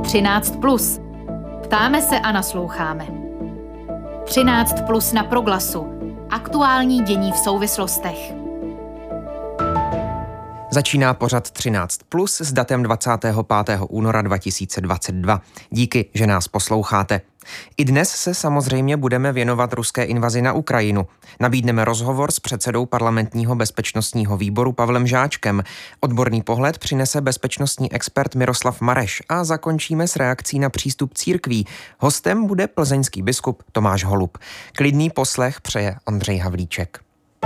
13+. Ptáme se a nasloucháme. 13+ na Proglasu. Aktuální dění v souvislostech. Začíná pořad 13+ s datem 25. února 2022. Díky, že nás posloucháte. I dnes se samozřejmě budeme věnovat ruské invazi na Ukrajinu. Nabídneme rozhovor s předsedou parlamentního bezpečnostního výboru Pavlem Žáčkem. Odborný pohled přinese bezpečnostní expert Miroslav Mareš a zakončíme s reakcí na přístup církví. Hostem bude plzeňský biskup Tomáš Holub. Klidný poslech přeje Ondřej Havlíček.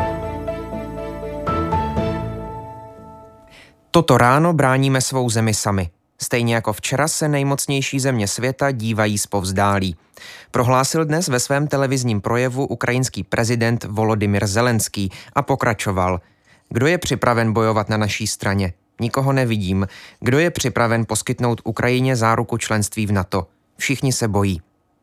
Toto ráno bráníme svou zemi sami. Stejně jako včera se nejmocnější země světa dívají zpovzdálí. Prohlásil dnes ve svém televizním projevu ukrajinský prezident Volodymyr Zelenský a pokračoval. Kdo je připraven bojovat na naší straně? Nikoho nevidím. Kdo je připraven poskytnout Ukrajině záruku členství v NATO? Všichni se bojí.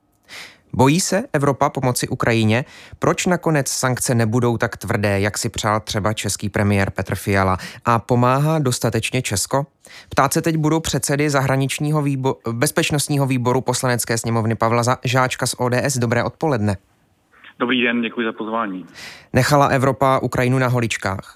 Bojí se Evropa pomoci Ukrajině? Proč nakonec sankce nebudou tak tvrdé, jak si přál třeba český premiér Petr Fiala? A pomáhá dostatečně Česko? Ptát se teď budou předsedy bezpečnostního výboru Poslanecké sněmovny Pavla Žáčka z ODS. Dobré odpoledne. Dobrý den, děkuji za pozvání. Nechala Evropa Ukrajinu na holičkách?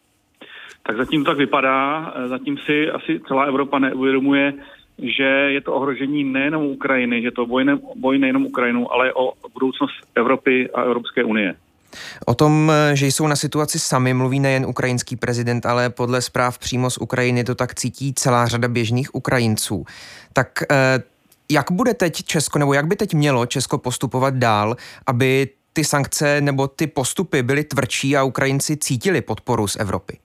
Tak zatím to tak vypadá. Zatím si asi celá Evropa neuvědomuje, že je to ohrožení nejenom Ukrajiny, že to boj nejenom Ukrajinu, ale o budoucnost Evropy a Evropské unie. O tom, že jsou na situaci sami, mluví nejen ukrajinský prezident, ale podle zpráv přímo z Ukrajiny to tak cítí celá řada běžných Ukrajinců. Tak jak bude teď Česko, nebo jak by teď mělo Česko postupovat dál, aby ty sankce nebo ty postupy byly tvrdší a Ukrajinci cítili podporu z Evropy?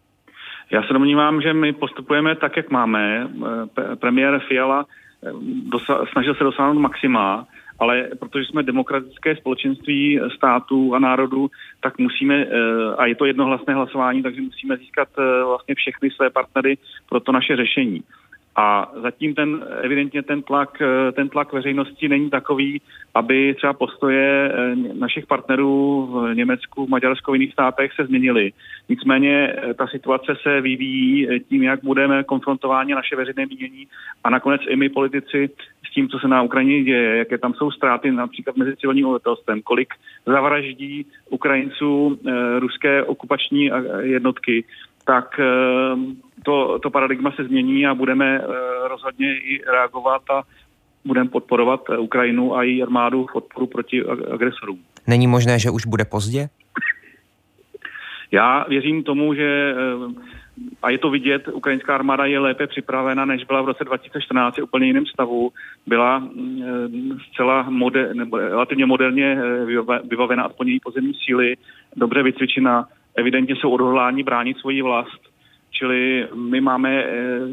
Já se domnívám, že my postupujeme tak, jak máme. Premiér Fiala snažil se dosáhnout maxima, ale protože jsme demokratické společenství států a národů, tak musíme, a je to jednohlasné hlasování, takže musíme získat vlastně všechny své partnery pro to naše řešení. A zatím evidentně ten tlak veřejnosti není takový, aby třeba postoje našich partnerů v Německu, v Maďarsku, v jiných státech se změnily. Nicméně ta situace se vyvíjí tím, jak budeme konfrontováni naše veřejné mínění a nakonec i my politici s tím, co se na Ukrajině děje, jaké tam jsou ztráty například mezi civilním obyvatelstvem, kolik zavraždí Ukrajinců ruské okupační jednotky, tak to paradigma se změní a budeme rozhodně i reagovat a budeme podporovat Ukrajinu a její armádu v podporu proti agresorům. Není možné, že už bude pozdě? Já věřím tomu, že, a je to vidět, ukrajinská armáda je lépe připravena, než byla v roce 2014, je úplně jiném stavu. Byla zcela relativně moderně vybavena aspoň její pozemní síly, dobře vycvičena, evidentně jsou odhodláni bránit svoji vlast. Čili my máme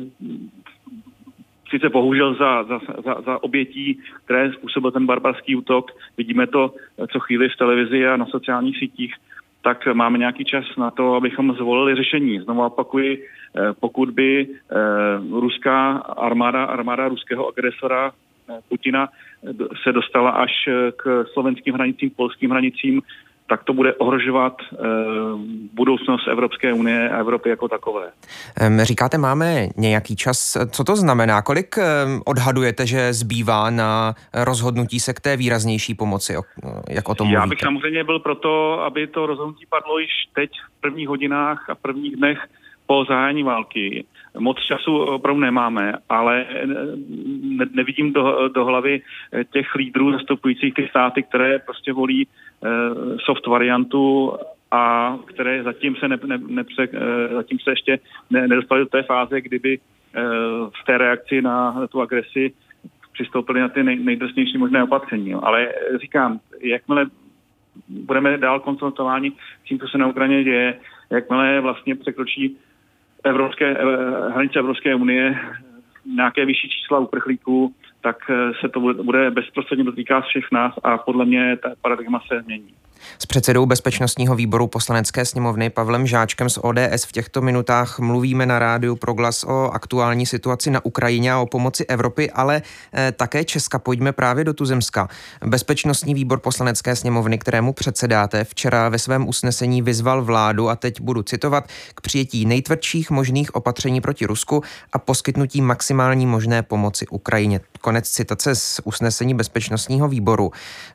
sice bohužel za obětí, které způsobil ten barbarský útok, vidíme to co chvíli v televizi a na sociálních sítích, tak máme nějaký čas na to, abychom zvolili řešení. Znovu opakuji, pokud by ruská armáda ruského agresora Putina se dostala až k slovenským hranicím, polským hranicím, tak to bude ohrožovat budoucnost Evropské unie a Evropy jako takové. Říkáte, máme nějaký čas. Co to znamená? Kolik odhadujete, že zbývá na rozhodnutí se k té výraznější pomoci? Jak o tom mluvíte? Já bych samozřejmě byl proto, aby to rozhodnutí padlo již teď v prvních hodinách a prvních dnech po zahájení války. Moc času opravdu nemáme, ale nevidím do hlavy těch lídrů zastupujících ty státy, které prostě volí soft variantu a které zatím se ještě nedostaly do té fáze, kdyby v té reakci na tu agresi přistoupili na ty nejdrsnější možné opatření. Ale říkám, jakmile budeme dál konfrontováni s tím, co se na Ukrajině děje, jakmile vlastně překročí hranice Evropské unie nějaké vyšší čísla uprchlíků, tak se to bude bezprostředně dotýkat všech nás a podle mě ta paradigma se změní. S předsedou bezpečnostního výboru Poslanecké sněmovny Pavlem Žáčkem z ODS v těchto minutách mluvíme na rádiu Proglas o aktuální situaci na Ukrajině a o pomoci Evropy, ale také Česka. Pojďme právě do tuzemska. Bezpečnostní výbor Poslanecké sněmovny, kterému předsedáte, včera ve svém usnesení vyzval vládu, a teď budu citovat, k přijetí nejtvrdších možných opatření proti Rusku a poskytnutí maximální možné pomoci Ukrajině. Konec citace z usnesení bezpečnostního výboru.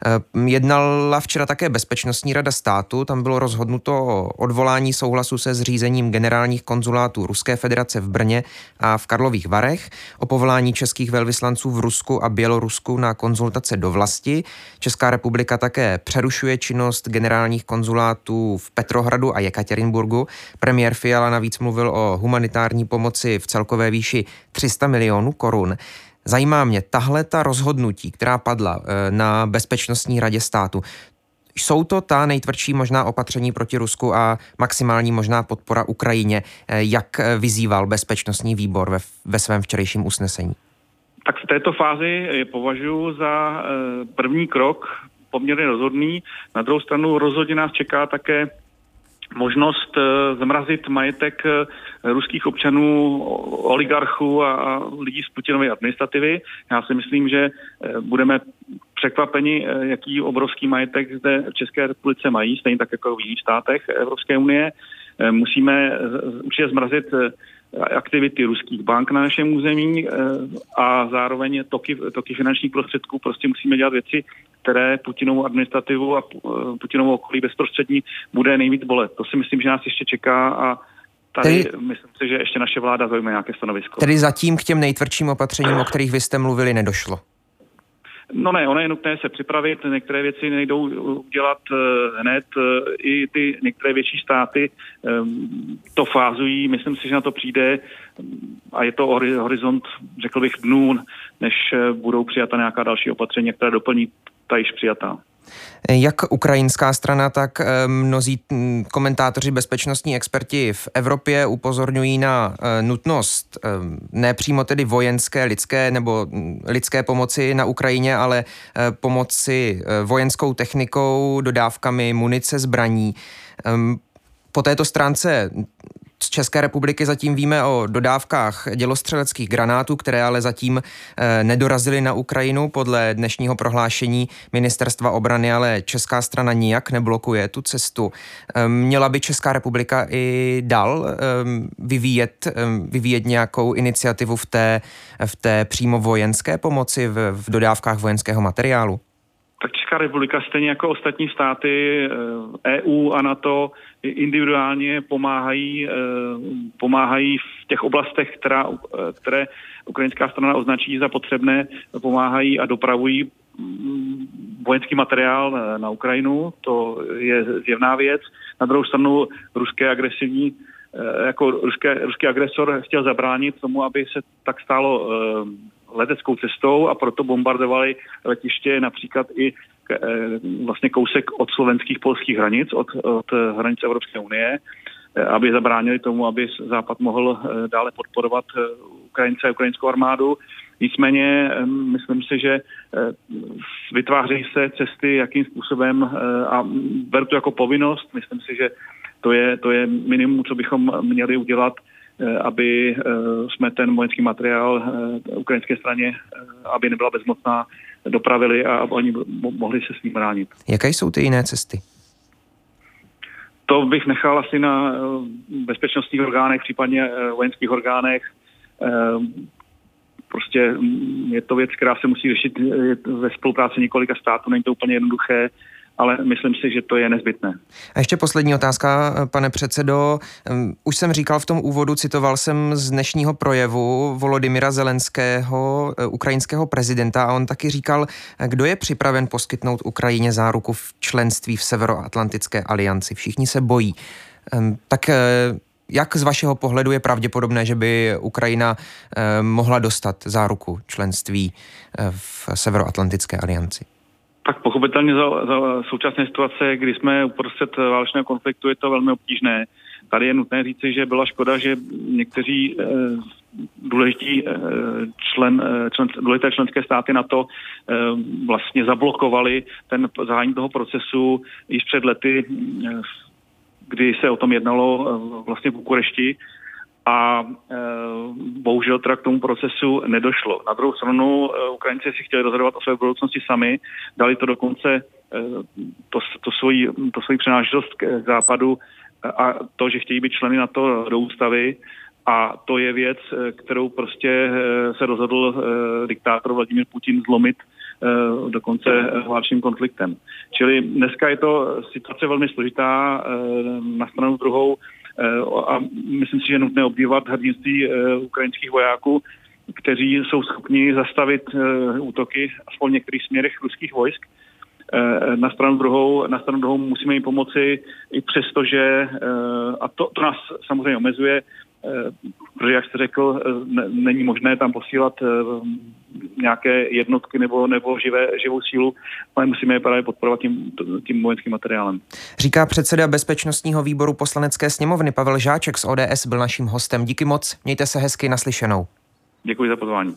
Jednala včera také Bezpečnostní rada státu, tam bylo rozhodnuto o odvolání souhlasu se zřízením generálních konzulátů Ruské federace v Brně a v Karlových Varech, o povolání českých velvyslanců v Rusku a Bělorusku na konzultace do vlasti. Česká republika také přerušuje činnost generálních konzulátů v Petrohradu a Jekaterinburgu. Premiér Fiala navíc mluvil o humanitární pomoci v celkové výši 300 milionů korun. Zajímá mě tahle ta rozhodnutí, která padla na Bezpečnostní radě státu. Jsou to ta nejtvrdší možná opatření proti Rusku a maximální možná podpora Ukrajině, jak vyzýval bezpečnostní výbor ve svém včerejším usnesení? Tak v této fázi je považuji za první krok poměrně rozhodný. Na druhou stranu rozhodně nás čeká také možnost zmrazit majetek ruských občanů, oligarchů a lidí z Putinovy administrativy. Já si myslím, že budeme překvapeni, jaký obrovský majetek zde v České republice mají, stejně tak jako v jiných státech Evropské unie. Musíme určitě zmrazit aktivity ruských bank na našem území a zároveň toky finančních prostředků. Prostě musíme dělat věci, které Putinovou administrativu a Putinovou okolí bezprostřední bude nejvíc bolet. To si myslím, že nás ještě čeká a tady myslím si, že ještě naše vláda zaujme nějaké stanovisko. Tedy zatím k těm nejtvrdším opatřením, o kterých vy jste mluvili, nedošlo? No ne, ono je nutné se připravit, některé věci nejdou udělat hned, i ty některé větší státy to fázují, myslím si, že na to přijde a je to horizont, řekl bych, dnů, než budou přijata nějaká další opatření, která doplní ta již přijatá. Jak ukrajinská strana, tak mnozí komentátoři, bezpečnostní experti v Evropě upozorňují na nutnost nepřímo tedy vojenské, lidské pomoci na Ukrajině, ale pomoci vojenskou technikou, dodávkami munice, zbraní. Po této stránce z České republiky zatím víme o dodávkách dělostřeleckých granátů, které ale zatím nedorazily na Ukrajinu. Podle dnešního prohlášení ministerstva obrany ale česká strana nijak neblokuje tu cestu. Měla by Česká republika i dál vyvíjet nějakou iniciativu v té přímo vojenské pomoci, v dodávkách vojenského materiálu? Tak Česká republika stejně jako ostatní státy EU a NATO individuálně pomáhají v těch oblastech, které ukrajinská strana označí za potřebné, pomáhají a dopravují vojenský materiál na Ukrajinu. To je zjevná věc. Na druhou stranu ruský agresor chtěl zabránit tomu, aby se tak stalo leteckou cestou a proto bombardovali letiště například i vlastně kousek od slovenských polských hranic, od hranic Evropské unie, aby zabránili tomu, aby Západ mohl dále podporovat Ukrajince a ukrajinskou armádu. Nicméně myslím si, že vytvářejí se cesty, jakým způsobem a beru to jako povinnost. Myslím si, že to je minimum, co bychom měli udělat, aby jsme ten vojenský materiál ukrajinské straně, aby nebyla bezmocná, dopravili a oni mohli se s ním bránit. Jaké jsou ty jiné cesty? To bych nechal asi na bezpečnostních orgánech, případně vojenských orgánech. Prostě je to věc, která se musí řešit ve spolupráci několika států, není to úplně jednoduché, ale myslím si, že to je nezbytné. A ještě poslední otázka, pane předsedo. Už jsem říkal v tom úvodu, citoval jsem z dnešního projevu Volodymyra Zelenského, ukrajinského prezidenta, a on taky říkal, kdo je připraven poskytnout Ukrajině záruku v členství v Severoatlantické alianci. Všichni se bojí. Tak jak z vašeho pohledu je pravděpodobné, že by Ukrajina mohla dostat záruku členství v Severoatlantické alianci? Tak pochopitelně za současné situace, kdy jsme uprostřed válečného konfliktu, je to velmi obtížné. Tady je nutné říci, že byla škoda, že někteří důležité členské státy NATO vlastně zablokovali ten zahájení toho procesu již před lety, kdy se o tom jednalo vlastně v Bukurešti a bohužel teda k tomu procesu nedošlo. Na druhou stranu Ukrajinci si chtěli rozhodovat o své budoucnosti sami, dali to dokonce to svoji přenášitost k západu a to, že chtějí být členy NATO do ústavy, a to je věc, kterou prostě se rozhodl diktátor Vladimír Putin zlomit dokonce válečným konfliktem. Čili dneska je to situace velmi složitá na stranu druhou a myslím si, že je nutné obdivovat hrdinství ukrajinských vojáků, kteří jsou schopni zastavit útoky aspoň v některých směrech ruských vojsk. Na stranu druhou musíme jim pomoci i přesto, že a to nás samozřejmě omezuje, protože, jak jste řekl, není možné tam posílat nějaké jednotky nebo živou sílu, ale musíme je právě podporovat tím vojenským materiálem. Říká předseda Bezpečnostního výboru Poslanecké sněmovny Pavel Žáček z ODS, byl naším hostem. Díky moc, mějte se hezky, naslyšenou. Děkuji za pozvání.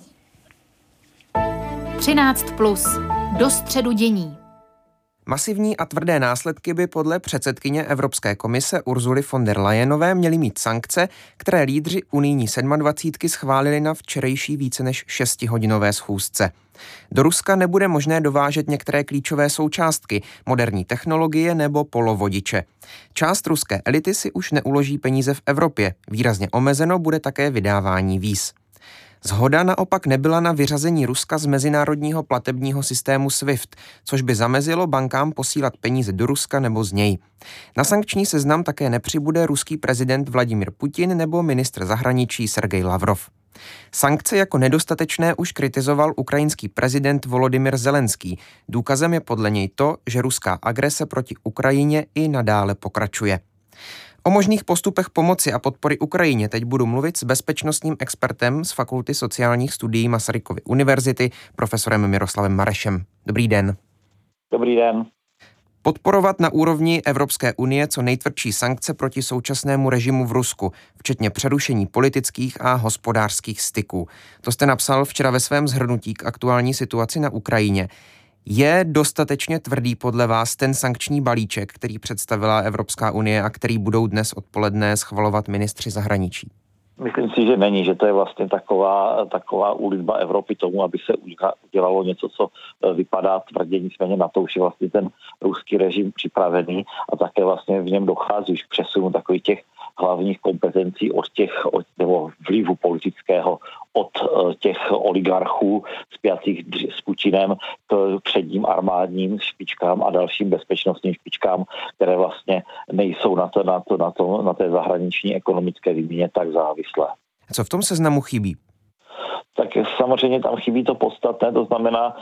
13+. Do středu dění. Masivní a tvrdé následky by podle předsedkyně Evropské komise Ursuly von der Leyenové měly mít sankce, které lídři unijní 27 schválili na včerejší více než 6hodinové schůzce. Do Ruska nebude možné dovážet některé klíčové součástky, moderní technologie nebo polovodiče. Část ruské elity si už neuloží peníze v Evropě. Výrazně omezeno bude také vydávání víz. Shoda naopak nebyla na vyřazení Ruska z mezinárodního platebního systému SWIFT, což by zamezilo bankám posílat peníze do Ruska nebo z něj. Na sankční seznam také nepřibude ruský prezident Vladimír Putin nebo ministr zahraničí Sergej Lavrov. Sankce jako nedostatečné už kritizoval ukrajinský prezident Volodymyr Zelenský. Důkazem je podle něj to, že ruská agrese proti Ukrajině i nadále pokračuje. O možných postupech pomoci a podpory Ukrajině teď budu mluvit s bezpečnostním expertem z Fakulty sociálních studií Masarykovy univerzity, profesorem Miroslavem Marešem. Dobrý den. Dobrý den. Podporovat na úrovni Evropské unie co nejtvrdší sankce proti současnému režimu v Rusku, včetně přerušení politických a hospodářských styků. To jste napsal včera ve svém shrnutí k aktuální situaci na Ukrajině. Je dostatečně tvrdý podle vás ten sankční balíček, který představila Evropská unie a který budou dnes odpoledne schvalovat ministři zahraničí? Myslím si, že není, že to je vlastně taková úlitba Evropy tomu, aby se udělalo něco, co vypadá tvrdě, nicméně na to už je vlastně ten ruský režim připravený a také vlastně v něm dochází už k přesunu takových těch hlavních kompetencí nebo vlivu politického od těch oligarchů spjatých s Putinem k předním armádním špičkám a dalším bezpečnostním špičkám, které vlastně nejsou na té zahraniční ekonomické výměně tak závislé. Co v tom seznamu chybí? Tak samozřejmě tam chybí to podstatné, to znamená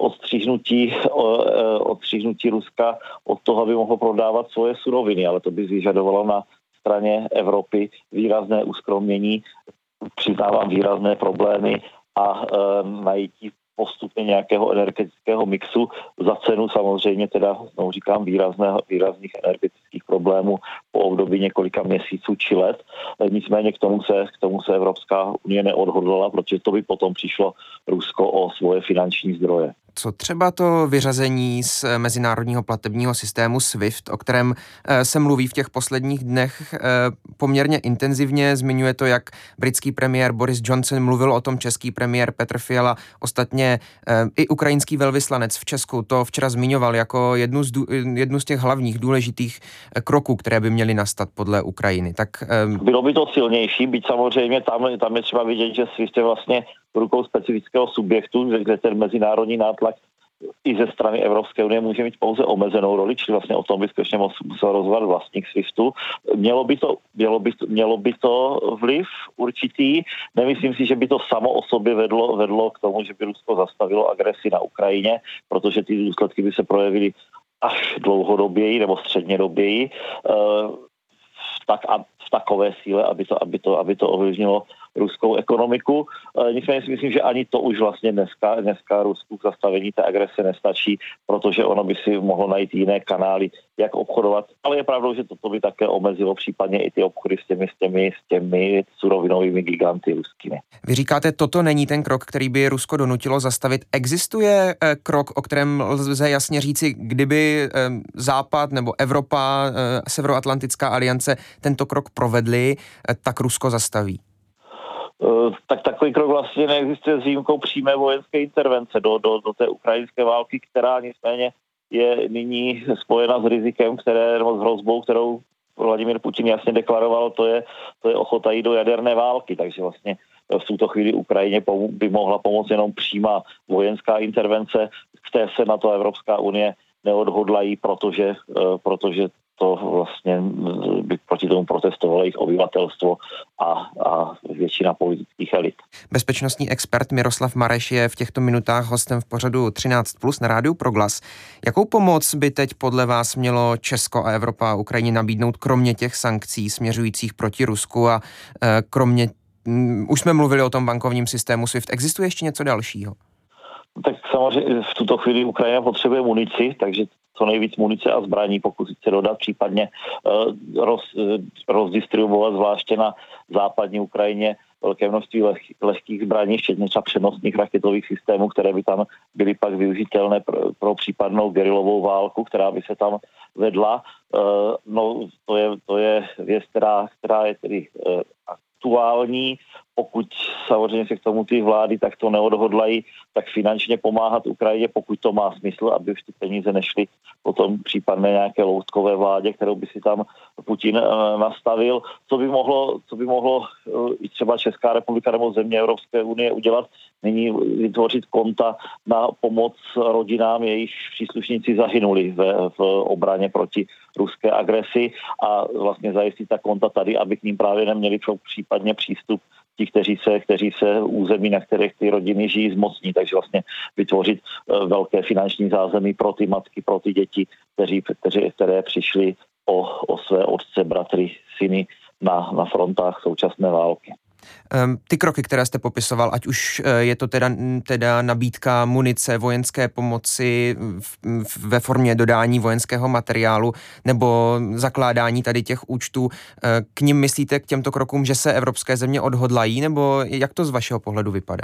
odstříhnutí Ruska od toho, aby mohlo prodávat svoje suroviny, ale to by vyžadovalo na straně Evropy výrazné uskromnění, přiznávám výrazné problémy a najítí postupně nějakého energetického mixu za cenu samozřejmě teda, znovu říkám, výrazných energetických problémů po období několika měsíců či let. Nicméně k tomu se Evropská unie neodhodlala, protože to by potom přišlo Rusko o svoje finanční zdroje. Co třeba to vyřazení z mezinárodního platebního systému SWIFT, o kterém se mluví v těch posledních dnech poměrně intenzivně, zmiňuje to, jak britský premiér Boris Johnson mluvil o tom, český premiér Petr Fiala, ostatně i ukrajinský velvyslanec v Česku to včera zmiňoval jako jednu z těch hlavních důležitých kroků, které by měly nastat podle Ukrajiny. Tak bylo by to silnější, byť samozřejmě tam je třeba vidět, že SWIFT je vlastně v rukou specifického subjektu, kde ten mezinárodní nátlak i ze strany Evropské unie může mít pouze omezenou roli, čili vlastně o tom by skutečně musel rozhodovat vlastník SWIFTu. Mělo by to vliv určitý. Nemyslím si, že by to samo o sobě vedlo k tomu, že by Rusko zastavilo agresi na Ukrajině, protože ty důsledky by se projevily až dlouhodoběji nebo střednědoběji v takové síle, aby to ovlivnilo ruskou ekonomiku. Nicméně si myslím, že ani to už vlastně dneska Rusku k zastavení té agrese nestačí, protože ono by si mohlo najít jiné kanály, jak obchodovat. Ale je pravdou, že toto by také omezilo případně i ty obchody s těmi surovinovými giganty ruskými. Vy říkáte, toto není ten krok, který by Rusko donutilo zastavit. Existuje krok, o kterém lze jasně říci, kdyby Západ nebo Evropa, Severoatlantická aliance tento krok provedli, tak Rusko zastaví? Tak takový krok vlastně neexistuje s výjimkou přímé vojenské intervence do té ukrajinské války, která nicméně je nyní spojena s rizikem, nebo s hrozbou, kterou Vladimír Putin jasně deklaroval, to je ochota jít do jaderné války, takže vlastně v tuto chvíli Ukrajině by mohla pomoct jenom přímá vojenská intervence, které se na to Evropská unie neodhodlají, protože to vlastně by proti tomu protestovalo jejich obyvatelstvo a většina politických elit. Bezpečnostní expert Miroslav Mareš je v těchto minutách hostem v pořadu 13+ na Rádiu Proglas. Jakou pomoc by teď podle vás mělo Česko a Evropa a Ukrajině nabídnout, kromě těch sankcí směřujících proti Rusku a kromě, už jsme mluvili o tom bankovním systému SWIFT, existuje ještě něco dalšího? Tak samozřejmě v tuto chvíli Ukrajina potřebuje munici, takže co nejvíc munice a zbraní pokusit se dodat, případně rozdistribuovat zvláště na západní Ukrajině velké množství lehkých zbraní, včetně třeba přenosných raketových systémů, které by tam byly pak využitelné pro případnou gerilovou válku, která by se tam vedla. No, to je věc, která je tedy aktuální. Pokud samozřejmě se k tomu ty vlády tak to neodhodlají, tak finančně pomáhat Ukrajině, pokud to má smysl, aby už ty peníze nešly potom případné nějaké loutkové vládě, kterou by si tam Putin nastavil. Co by mohlo i třeba Česká republika nebo země Evropské unie udělat, nyní vytvořit konta na pomoc rodinám, jejich příslušníci zahynuli v obraně proti ruské agresi a vlastně zajistit ta konta tady, aby k ním právě neměli případně přístup ti, kteří se území, na kterých ty rodiny žijí, zmocní. Takže vlastně vytvořit velké finanční zázemí pro ty matky, pro ty děti, které přišly o své otce, bratry, syny na frontách současné války. Ty kroky, které jste popisoval, ať už je to teda nabídka munice, vojenské pomoci ve formě dodání vojenského materiálu nebo zakládání tady těch účtů, k nim myslíte, k těmto krokům, že se evropské země odhodlají, nebo jak to z vašeho pohledu vypadá?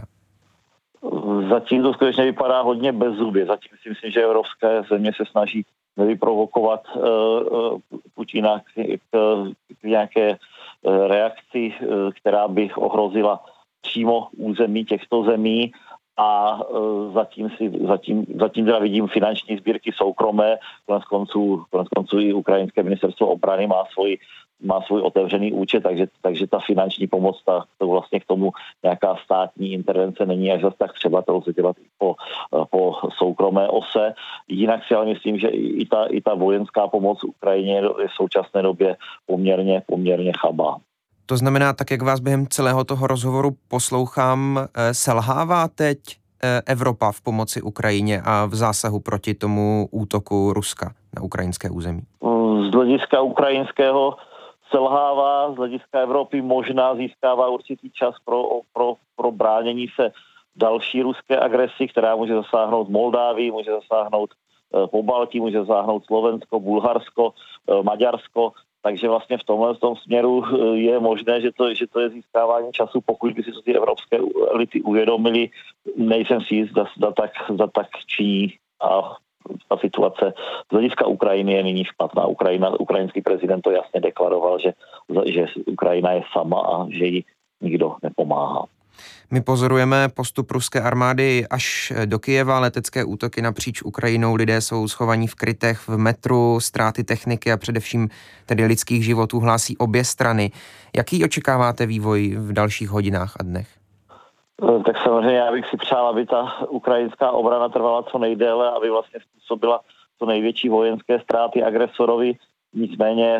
Zatím to skutečně vypadá hodně bezzubě. Zatím si myslím, že evropské země se snaží nevyprovokovat Putina k nějaké reakci, která by ohrozila přímo území těchto zemí a zatím teda vidím finanční sbírky soukromé, konec konců i ukrajinské ministerstvo obrany má svůj otevřený účet, takže ta finanční pomoc, to vlastně k tomu nějaká státní intervence není až zase tak třeba, to lze dělat i po soukromé ose. Jinak si ale myslím, že i ta vojenská pomoc Ukrajině je v současné době poměrně chabá. To znamená, tak jak vás během celého toho rozhovoru poslouchám, selhává teď Evropa v pomoci Ukrajině a v zásahu proti tomu útoku Ruska na ukrajinské území? Z hlediska ukrajinského selhává, z hlediska Evropy možná získává určitý čas pro bránění se další ruské agresi, která může zasáhnout Moldávii, může zasáhnout Pobaltí, může zasáhnout Slovensko, Bulharsko, Maďarsko. Takže vlastně v tomhle směru je možné, že to je získávání času, pokud by si to ty evropské elity uvědomili. Nejsem si jist, zda tak činí a ta situace z hlediska Ukrajiny je nyní špatná. Ukrajinský prezident to jasně deklaroval, že Ukrajina je sama a že jí nikdo nepomáhá. My pozorujeme postup ruské armády až do Kyjeva, letecké útoky napříč Ukrajinou, lidé jsou schovaní v krytech, v metru, ztráty techniky a především tedy lidských životů hlásí obě strany. Jaký očekáváte vývoj v dalších hodinách a dnech? Tak samozřejmě já bych si přál, aby ta ukrajinská obrana trvala co nejdéle, aby vlastně způsobila co největší vojenské ztráty agresorovi. Nicméně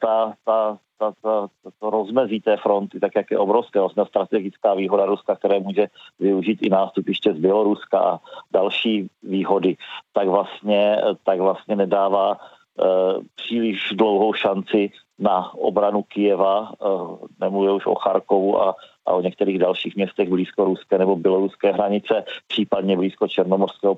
to rozmezí té fronty, tak jak je obrovské, vlastně strategická výhoda Ruska, které může využít i nástupiště z Běloruska a další výhody, tak vlastně nedává příliš dlouhou šanci na obranu Kyjeva, nemluvě už o Charkovu a a o některých dalších městech blízko ruské nebo běloruské hranice, případně blízko černomorského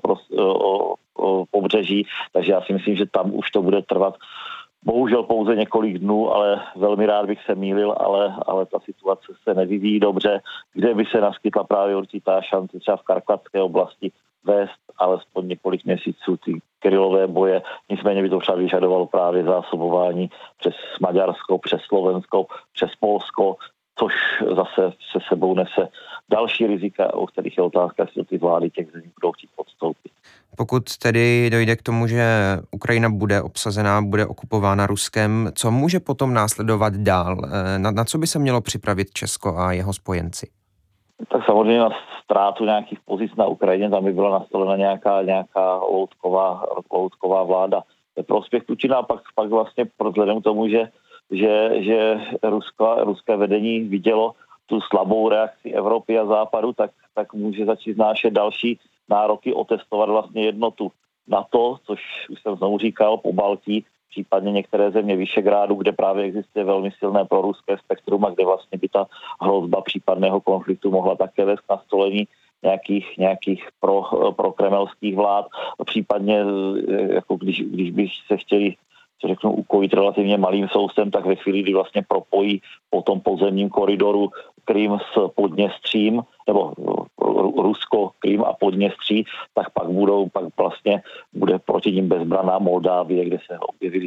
pobřeží, takže já si myslím, že tam už to bude trvat bohužel pouze několik dnů, ale velmi rád bych se mýlil, ale ta situace se nevyvíjí dobře, kde by se naskytla právě určitá šance třeba v Karpatské oblasti vést alespoň několik měsíců ty guerilové boje. Nicméně by to třeba vyžadovalo právě zásobování přes Maďarsko, přes Slovensko, přes Polsko, což zase se sebou nese další rizika, o kterých je otázka, jestli ty vlády těch zemí budou chtít podstoupit. Pokud tedy dojde k tomu, že Ukrajina bude obsazená, bude okupována Ruskem, co může potom následovat dál? Na co by se mělo připravit Česko a jeho spojenci? Tak samozřejmě na ztrátu nějakých pozic na Ukrajině, tam by byla nastolena nějaká loutková vláda ve prospěch Putina a pak vlastně vzhledem k tomu, že ruské vedení vidělo tu slabou reakci Evropy a Západu, tak může začít znášet další nároky otestovat vlastně jednotu NATO, což už jsem znovu říkal, Pobaltí, případně některé země Visegrádu, kde právě existuje velmi silné proruské spektrum a kde vlastně by ta hrozba případného konfliktu mohla také vést k nastolení nějakých prokremelských vlád. Případně, jako když by se chtěli ukojit relativně malým soustem, tak ve chvíli, kdy vlastně propojí po tom podzemním koridoru Krym s Podněstřím, nebo Rusko, Krym a Podněstří, tak pak vlastně bude proti ním bezbranná Moldávie, kde se objevily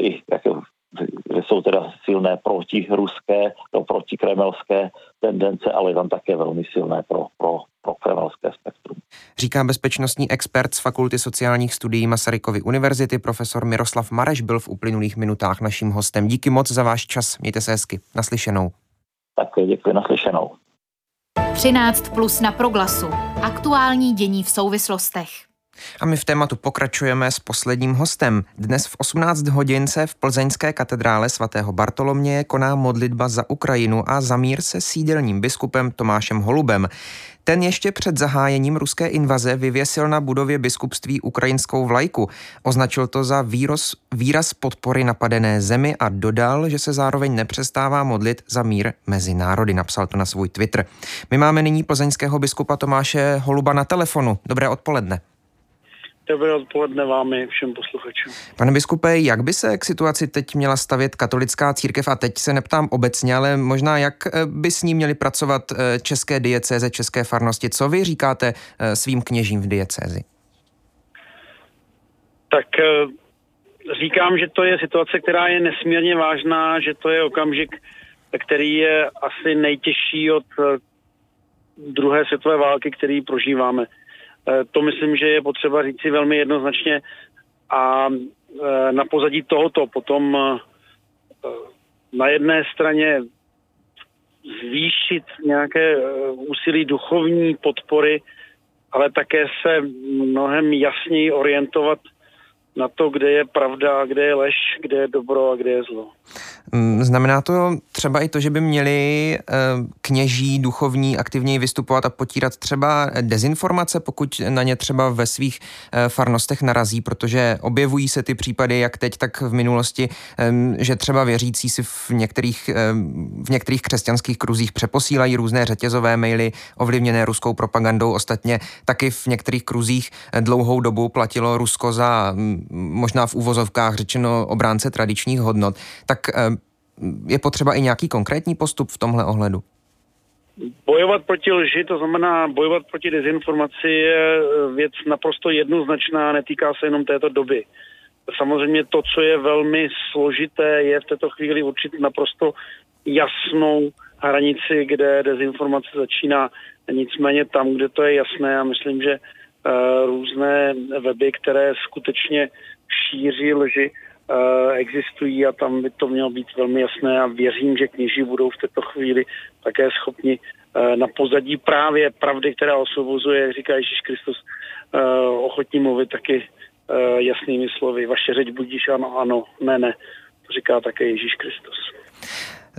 kde jsou teda silné protiruské, protikremelské tendence, ale je tam také velmi silné pro kremelské spektrum. Říká bezpečnostní expert z Fakulty sociálních studií Masarykovy univerzity profesor Miroslav Mareš, byl v uplynulých minutách naším hostem. Díky moc za váš čas, mějte se hezky, naslyšenou. Tak děkuji, naslyšenou. 13+ na Proglasu. Aktuální dění v souvislostech. A my v tématu pokračujeme s posledním hostem. Dnes v 18 hodin se v plzeňské katedrále svatého Bartoloměje koná modlitba za Ukrajinu a za mír se sídelním biskupem Tomášem Holubem. Ten ještě před zahájením ruské invaze vyvěsil na budově biskupství ukrajinskou vlajku. Označil to za výraz podpory napadené zemi a dodal, že se zároveň nepřestává modlit za mír mezi národy. Napsal to na svůj Twitter. My máme nyní plzeňského biskupa Tomáše Holuba na telefonu. Dobré odpoledne. Dobré odpoledne vám i všem posluchačům. Pane biskupe, jak by se k situaci teď měla stavět katolická církev? A teď se neptám obecně, ale možná jak by s ní měly pracovat české diecéze, české farnosti. Co vy říkáte svým kněžím v diecézi? Tak říkám, že to je situace, která je nesmírně vážná, že to je okamžik, který je asi nejtěžší od druhé světové války, který prožíváme. To myslím, že je potřeba říci velmi jednoznačně a na pozadí tohoto potom na jedné straně zvýšit nějaké úsilí duchovní podpory, ale také se mnohem jasněji orientovat na to, kde je pravda, kde je lež, kde je dobro a kde je zlo. Znamená to třeba i to, že by měli kněží duchovní aktivněji vystupovat a potírat třeba dezinformace, pokud na ně třeba ve svých farnostech narazí, protože objevují se ty případy, jak teď, tak v minulosti, že třeba věřící si v některých křesťanských kruzích přeposílají různé řetězové maily ovlivněné ruskou propagandou. Ostatně taky v některých kruzích dlouhou dobu platilo Rusko za možná v uvozovkách řečeno obránce tradičních hodnot. Tak je potřeba i nějaký konkrétní postup v tomhle ohledu? Bojovat proti lži, to znamená bojovat proti dezinformaci, je věc naprosto jednoznačná, netýká se jenom této doby. Samozřejmě to, co je velmi složité, je v této chvíli určit naprosto jasnou hranici, kde dezinformace začíná. Nicméně tam, kde to je jasné, a myslím, že různé weby, které skutečně šíří lži, existují a tam by to mělo být velmi jasné a věřím, že kněží budou v této chvíli také schopni na pozadí právě pravdy, která osvobozuje, jak říká Ježíš Kristus, ochotní mluvit taky jasnými slovy. Vaše řeč budíš ano, ano, ne, to říká také Ježíš Kristus.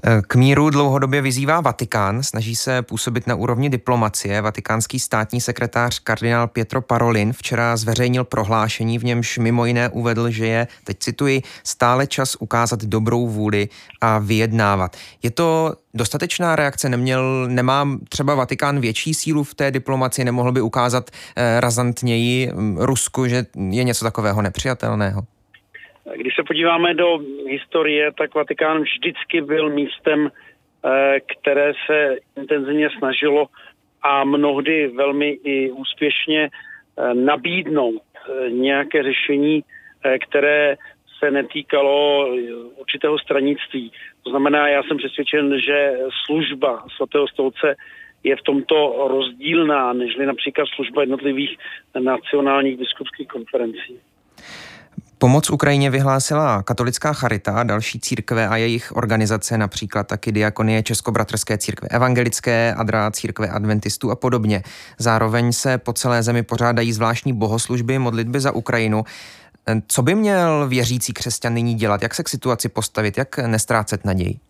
K míru dlouhodobě vyzývá Vatikán, snaží se působit na úrovni diplomacie. Vatikánský státní sekretář kardinál Pietro Parolin včera zveřejnil prohlášení, v němž mimo jiné uvedl, že je, teď cituji, stále čas ukázat dobrou vůli a vyjednávat. Je to dostatečná reakce? Nemá třeba Vatikán větší sílu v té diplomacii? Nemohl by ukázat razantněji Rusku, že je něco takového nepřijatelného? Když se podíváme do historie, tak Vatikán vždycky byl místem, které se intenzivně snažilo a mnohdy velmi i úspěšně nabídnout nějaké řešení, které se netýkalo určitého stranictví. To znamená, já jsem přesvědčen, že služba Svatého stolce je v tomto rozdílná, nežli například služba jednotlivých nacionálních biskupských konferencí. Pomoc Ukrajině vyhlásila Katolická charita a další církve a jejich organizace, například taky Diakonie Českobratrské církve evangelické, ADRA, církve adventistů a podobně. Zároveň se po celé zemi pořádají zvláštní bohoslužby, modlitby za Ukrajinu. Co by měl věřící křesťan nyní dělat? Jak se k situaci postavit? Jak nestrácet naději?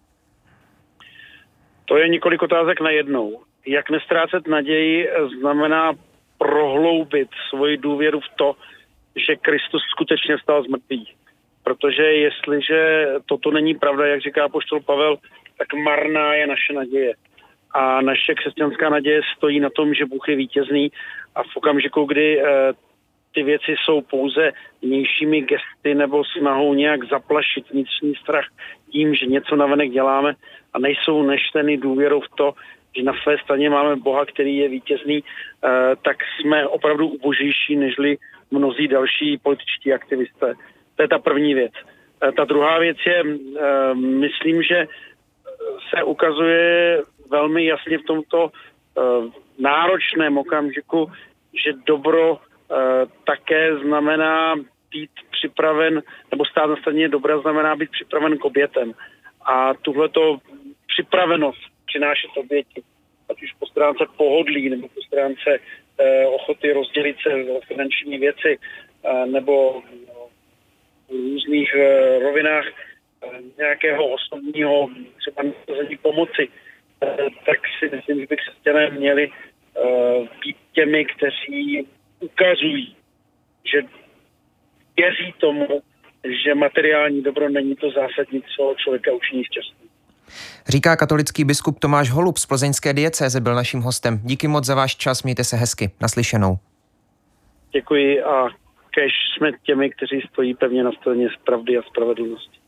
To je několik otázek na jednou. Jak nestrácet naději znamená prohloubit svoji důvěru v to, že Kristus skutečně vstal z mrtvých. Protože jestliže toto není pravda, jak říká apoštol Pavel, tak marná je naše naděje. A naše křesťanská naděje stojí na tom, že Bůh je vítězný a v okamžiku, kdy ty věci jsou pouze vnějšími gesty nebo snahou nějak zaplašit vnitřní strach tím, že něco navenek děláme a nejsou neštěny důvěrou v to, že na své straně máme Boha, který je vítězný, tak jsme opravdu ubožejší nežli mnozí další političtí aktivisté. To je ta první věc. Ta druhá věc je, myslím, že se ukazuje velmi jasně v tomto náročném okamžiku, že dobro také znamená být připraven, nebo stát na straně dobra znamená být připraven k obětem. A tuhleto připravenost přinášet oběti, ať už po stránce pohodlí, nebo po stránce ochoty rozdělit se o finanční věci, nebo v různých rovinách nějakého osobního třeba nasazení pomoci, tak si myslím, že by křesťané měli být těmi, kteří ukazují, že věří tomu, že materiální dobro není to zásadní, co člověka učiní šťastný. Říká katolický biskup Tomáš Holub z plzeňské diecéze, byl naším hostem. Díky moc za váš čas, mějte se hezky. Naslyšenou. Děkuji a kéž jsme těmi, kteří stojí pevně na straně pravdy a spravedlnosti.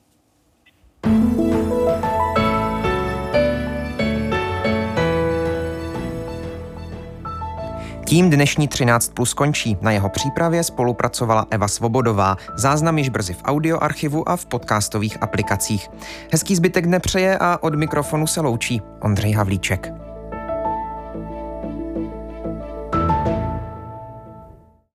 Tím dnešní 13+ končí. Na jeho přípravě spolupracovala Eva Svobodová. Záznam již brzy v audioarchivu a v podcastových aplikacích. Hezký zbytek dne přeje a od mikrofonu se loučí Ondřej Havlíček.